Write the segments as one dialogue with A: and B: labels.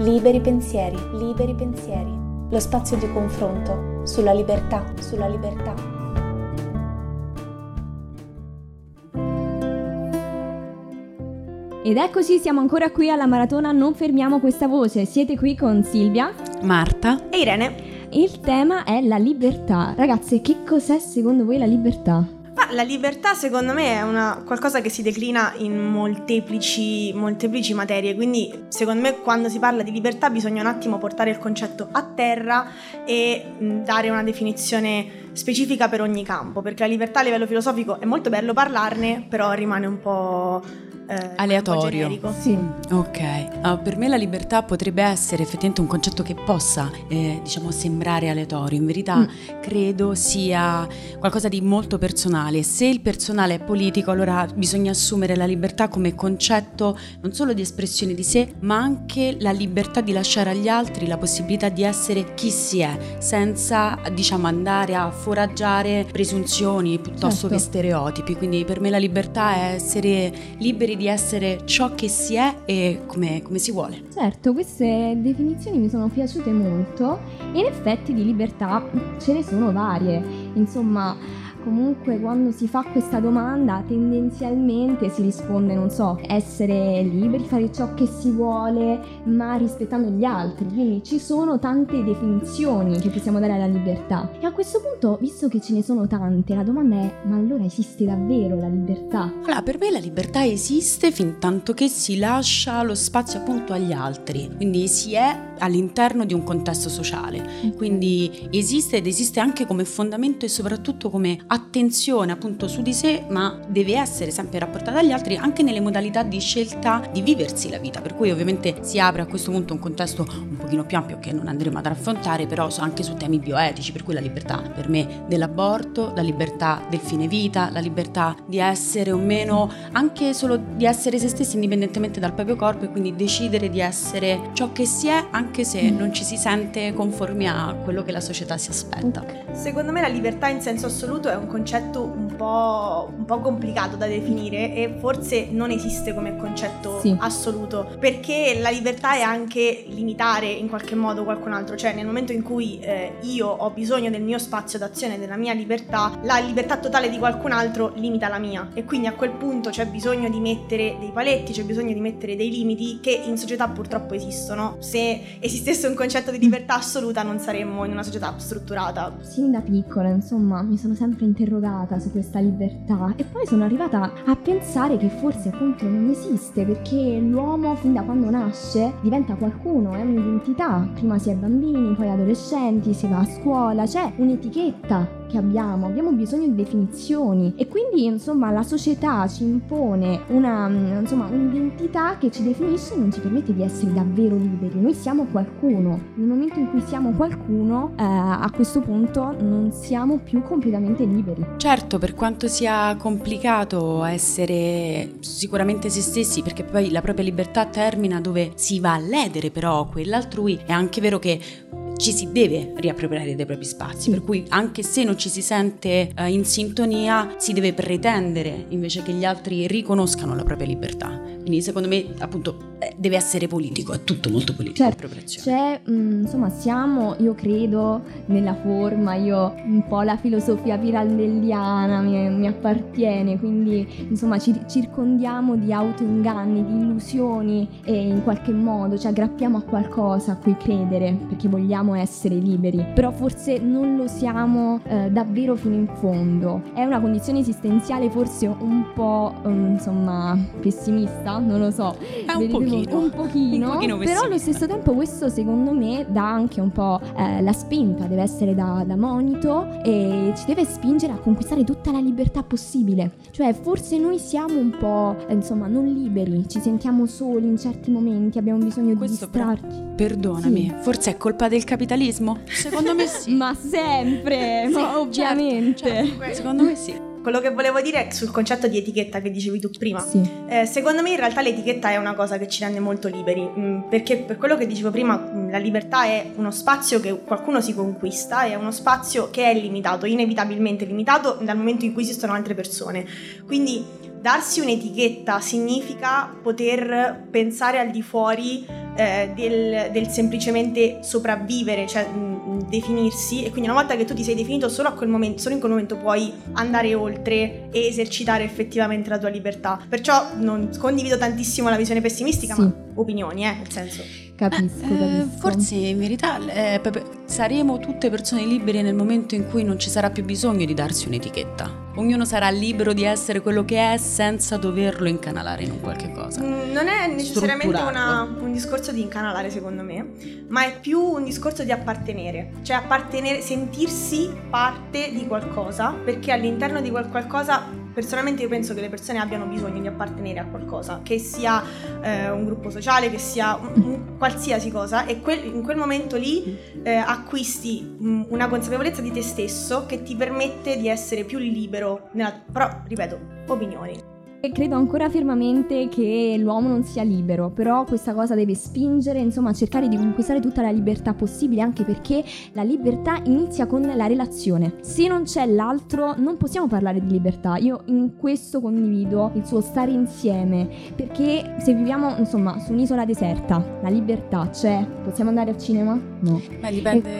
A: Liberi pensieri, lo spazio di confronto sulla libertà.
B: Ed eccoci, siamo ancora qui alla Maratona Non Fermiamo Questa Voce. Siete qui con Silvia,
C: Marta
D: e Irene.
B: Il tema è la libertà. Ragazze, che cos'è secondo voi la libertà?
D: La libertà secondo me è qualcosa che si declina in molteplici materie, quindi secondo me quando si parla di libertà bisogna un attimo portare il concetto a terra e dare una definizione specifica per ogni campo, perché la libertà a livello filosofico è molto bello parlarne, però rimane un po'
C: aleatorio.
D: Un po' generico.
B: Sì.
C: Ok, per me la libertà potrebbe essere effettivamente un concetto che possa sembrare aleatorio. In verità credo sia qualcosa di molto personale. Se il personale è politico, allora bisogna assumere la libertà come concetto non solo di espressione di sé, ma anche la libertà di lasciare agli altri la possibilità di essere chi si è, senza andare a foraggiare presunzioni piuttosto che stereotipi. Quindi per me la libertà è essere liberi di essere ciò che si è e come si vuole.
B: Certo, queste definizioni mi sono piaciute molto e in effetti di libertà ce ne sono varie. Insomma, comunque quando si fa questa domanda tendenzialmente si risponde, essere liberi, fare ciò che si vuole ma rispettando gli altri, quindi ci sono tante definizioni che possiamo dare alla libertà. E a questo punto, visto che ce ne sono tante, la domanda è: ma allora esiste davvero la libertà?
C: Allora, per me la libertà esiste fin tanto che si lascia lo spazio appunto agli altri, quindi si è all'interno di un contesto sociale, quindi esiste ed esiste anche come fondamento e soprattutto come attenzione appunto su di sé, ma deve essere sempre rapportata agli altri anche nelle modalità di scelta di viversi la vita, per cui ovviamente si apre a questo punto un contesto un pochino più ampio che non andremo ad affrontare, però anche su temi bioetici, per cui la libertà per me dell'aborto, la libertà del fine vita, la libertà di essere o meno, anche solo di essere se stessi indipendentemente dal proprio corpo e quindi decidere di essere ciò che si è anche se non ci si sente conformi a quello che la società si aspetta.
D: Secondo me la libertà in senso assoluto è un concetto un po' complicato da definire e forse non esiste come concetto assoluto, perché la libertà è anche limitare in qualche modo qualcun altro, cioè nel momento in cui io ho bisogno del mio spazio d'azione, della mia libertà, la libertà totale di qualcun altro limita la mia e quindi a quel punto c'è bisogno di mettere dei paletti, c'è bisogno di mettere dei limiti che in società purtroppo esistono. Se esistesse un concetto di libertà assoluta non saremmo in una società strutturata.
B: Sin da piccola, insomma, mi sono sempre interrogata su questa libertà e poi sono arrivata a pensare che forse appunto non esiste, perché l'uomo fin da quando nasce diventa qualcuno, è un'identità. Prima si è bambini, poi adolescenti, si va a scuola, c'è un'etichetta che abbiamo bisogno di definizioni e quindi insomma la società ci impone un'identità che ci definisce e non ci permette di essere davvero liberi. Noi siamo qualcuno, nel momento in cui siamo qualcuno a questo punto non siamo più completamente liberi.
C: Certo, per quanto sia complicato essere sicuramente se stessi, perché poi la propria libertà termina dove si va a ledere però quell'altrui, è anche vero che ci si deve riappropriare dei propri spazi, per cui anche se non ci si sente in sintonia si deve pretendere invece che gli altri riconoscano la propria libertà. Quindi secondo me appunto deve essere politico, è tutto molto politico.
B: Certo, c'è siamo, io credo, nella forma, io un po' la filosofia pirandelliana mi appartiene, quindi insomma ci circondiamo di autoinganni, di illusioni e in qualche modo ci aggrappiamo a qualcosa a cui credere perché vogliamo essere liberi, però forse non lo siamo davvero fino in fondo. È una condizione esistenziale forse un po' pessimista, non lo so, un pochino però allo stesso tempo questo secondo me dà anche un po' la spinta, deve essere da monito e ci deve spingere a conquistare tutta la libertà possibile. Cioè forse noi siamo un po' non liberi, ci sentiamo soli in certi momenti, abbiamo bisogno di distrarci.
C: Perdonami, forse è colpa del capitalismo? Secondo me sì.
B: Ma sempre, ma ovviamente.
C: Certo, secondo me sì.
D: Quello che volevo dire è sul concetto di etichetta che dicevi tu prima.
B: Sì.
D: Secondo me in realtà l'etichetta è una cosa che ci rende molto liberi, perché per quello che dicevo prima la libertà è uno spazio che qualcuno si conquista, è uno spazio che è limitato, inevitabilmente limitato dal momento in cui esistono altre persone. Quindi darsi un'etichetta significa poter pensare al di fuori del semplicemente sopravvivere, cioè definirsi, e quindi una volta che tu ti sei definito solo in quel momento puoi andare oltre e esercitare effettivamente la tua libertà. Perciò non condivido tantissimo la visione pessimistica, ma opinioni, nel senso.
B: Capisco.
C: Forse in verità saremo tutte persone libere nel momento in cui non ci sarà più bisogno di darsi un'etichetta. Ognuno sarà libero di essere quello che è senza doverlo incanalare in un qualche cosa.
D: Non è necessariamente un discorso di incanalare, secondo me, ma è più un discorso di appartenere. Cioè sentirsi parte di qualcosa, perché all'interno di quel qualcosa, personalmente io penso che le persone abbiano bisogno di appartenere a qualcosa, che sia un gruppo sociale, che sia qualsiasi cosa, e in quel momento lì acquisti una consapevolezza di te stesso che ti permette di essere più libero, però ripeto, opinioni.
B: Credo ancora fermamente che l'uomo non sia libero, però questa cosa deve spingere, insomma, a cercare di conquistare tutta la libertà possibile, anche perché la libertà inizia con la relazione. Se non c'è l'altro non possiamo parlare di libertà. Io in questo condivido il suo stare insieme, perché se viviamo, insomma, su un'isola deserta, la libertà c'è? Possiamo andare al cinema? No.
C: Ma dipende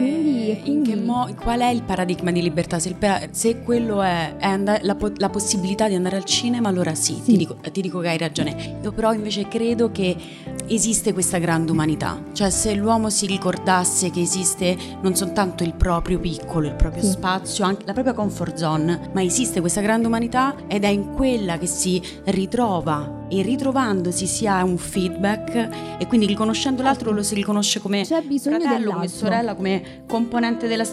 C: qual è il paradigma di libertà. Se quello è la possibilità di andare al cinema, allora sì. Ti dico che hai ragione. Io però invece credo che esiste questa grande umanità, cioè se l'uomo si ricordasse che esiste non soltanto il proprio piccolo, il proprio spazio, anche la propria comfort zone, ma esiste questa grande umanità ed è in quella che si ritrova, e ritrovandosi si ha un feedback, e quindi riconoscendo l'altro lo si riconosce come fratello, come sorella, come componente dello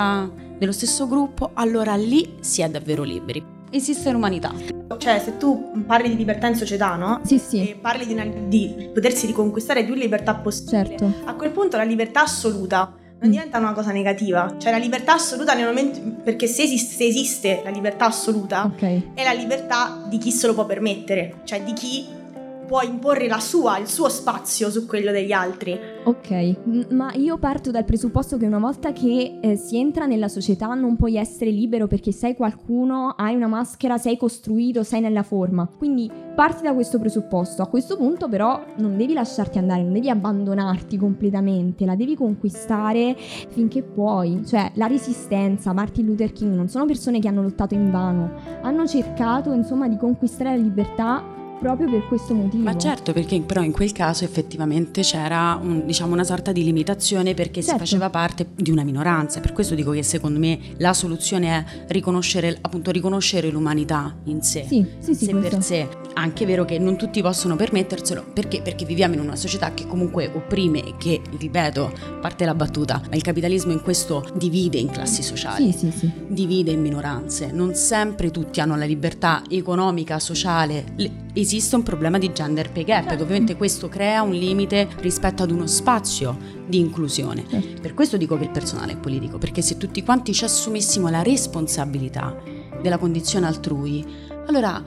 C: stesso gruppo, allora lì si è davvero liberi. Esiste l'umanità.
D: Cioè, se tu parli di libertà in società, no?
B: Sì.
D: E parli di potersi riconquistare più libertà possibile,
B: certo.
D: A quel punto la libertà assoluta non diventa una cosa negativa. Cioè la libertà assoluta nel momento, perché se esiste la libertà assoluta, è la libertà di chi se lo può permettere, cioè di chi può imporre il suo spazio su quello degli altri.
B: Ok, ma io parto dal presupposto che una volta che si entra nella società non puoi essere libero perché sei qualcuno, hai una maschera, sei costruito, sei nella forma. Quindi parti da questo presupposto. A questo punto però non devi lasciarti andare, non devi abbandonarti completamente, la devi conquistare finché puoi. Cioè la resistenza, Martin Luther King non sono persone che hanno lottato invano, hanno cercato insomma di conquistare la libertà proprio per questo motivo.
C: Ma certo, perché però in quel caso effettivamente c'era una sorta di limitazione, perché si faceva parte di una minoranza. Per questo dico che secondo me la soluzione è riconoscere l'umanità in sé, sé per sé. Anche è vero che non tutti possono permetterselo, perché viviamo in una società che comunque opprime e che, ripeto, parte la battuta, ma il capitalismo in questo divide in classi sociali, divide in minoranze. Non sempre tutti hanno la libertà economica, sociale. Esiste un problema di gender pay gap, ed ovviamente questo crea un limite rispetto ad uno spazio di inclusione. Per questo dico che il personale è politico, perché se tutti quanti ci assumessimo la responsabilità della condizione altrui, allora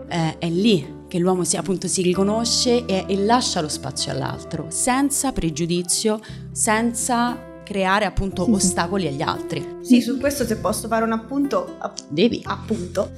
C: è lì che l'uomo si riconosce e lascia lo spazio all'altro, senza pregiudizio, senza creare appunto ostacoli agli altri.
D: Sì, su questo se posso fare un appunto.
C: Devi.
D: Appunto.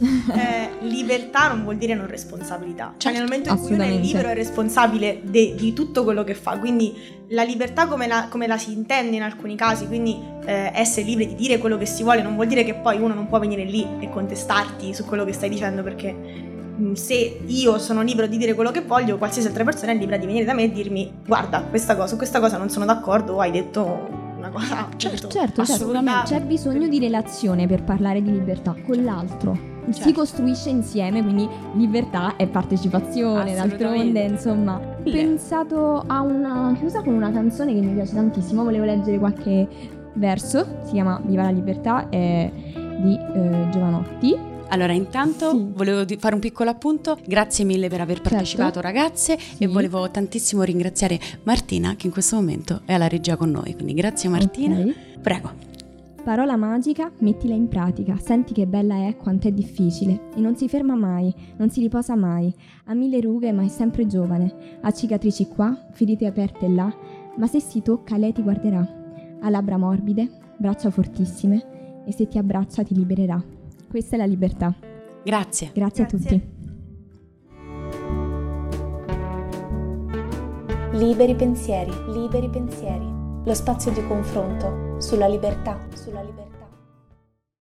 D: Libertà non vuol dire non responsabilità. Cioè nel momento in cui uno è libero e responsabile di tutto quello che fa, quindi la libertà come la si intende in alcuni casi, quindi essere liberi di dire quello che si vuole, non vuol dire che poi uno non può venire lì e contestarti su quello che stai dicendo, perché se io sono libero di dire quello che voglio, qualsiasi altra persona è libera di venire da me e dirmi: guarda, questa cosa non sono d'accordo, hai detto una cosa.
B: Certo, assolutamente. C'è bisogno di relazione per parlare di libertà con l'altro. Si costruisce insieme, quindi libertà è partecipazione, d'altronde, insomma. Ho pensato a una chiusa con una canzone che mi piace tantissimo, volevo leggere qualche verso, si chiama Viva la libertà, è di Giovanotti.
C: Allora, intanto volevo fare un piccolo appunto. Grazie mille per aver partecipato, ragazze, e volevo tantissimo ringraziare Martina, che in questo momento è alla regia con noi, quindi grazie Martina. Prego.
B: Parola magica, mettila in pratica, senti che bella è, quanto è difficile, e non si ferma mai, non si riposa mai, ha 1000 rughe ma è sempre giovane, ha cicatrici qua, ferite aperte là, ma se si tocca lei ti guarderà, ha labbra morbide, braccia fortissime, e se ti abbraccia ti libererà. Questa è la libertà.
C: Grazie.
B: Grazie a tutti.
A: Liberi pensieri, lo spazio di confronto sulla libertà.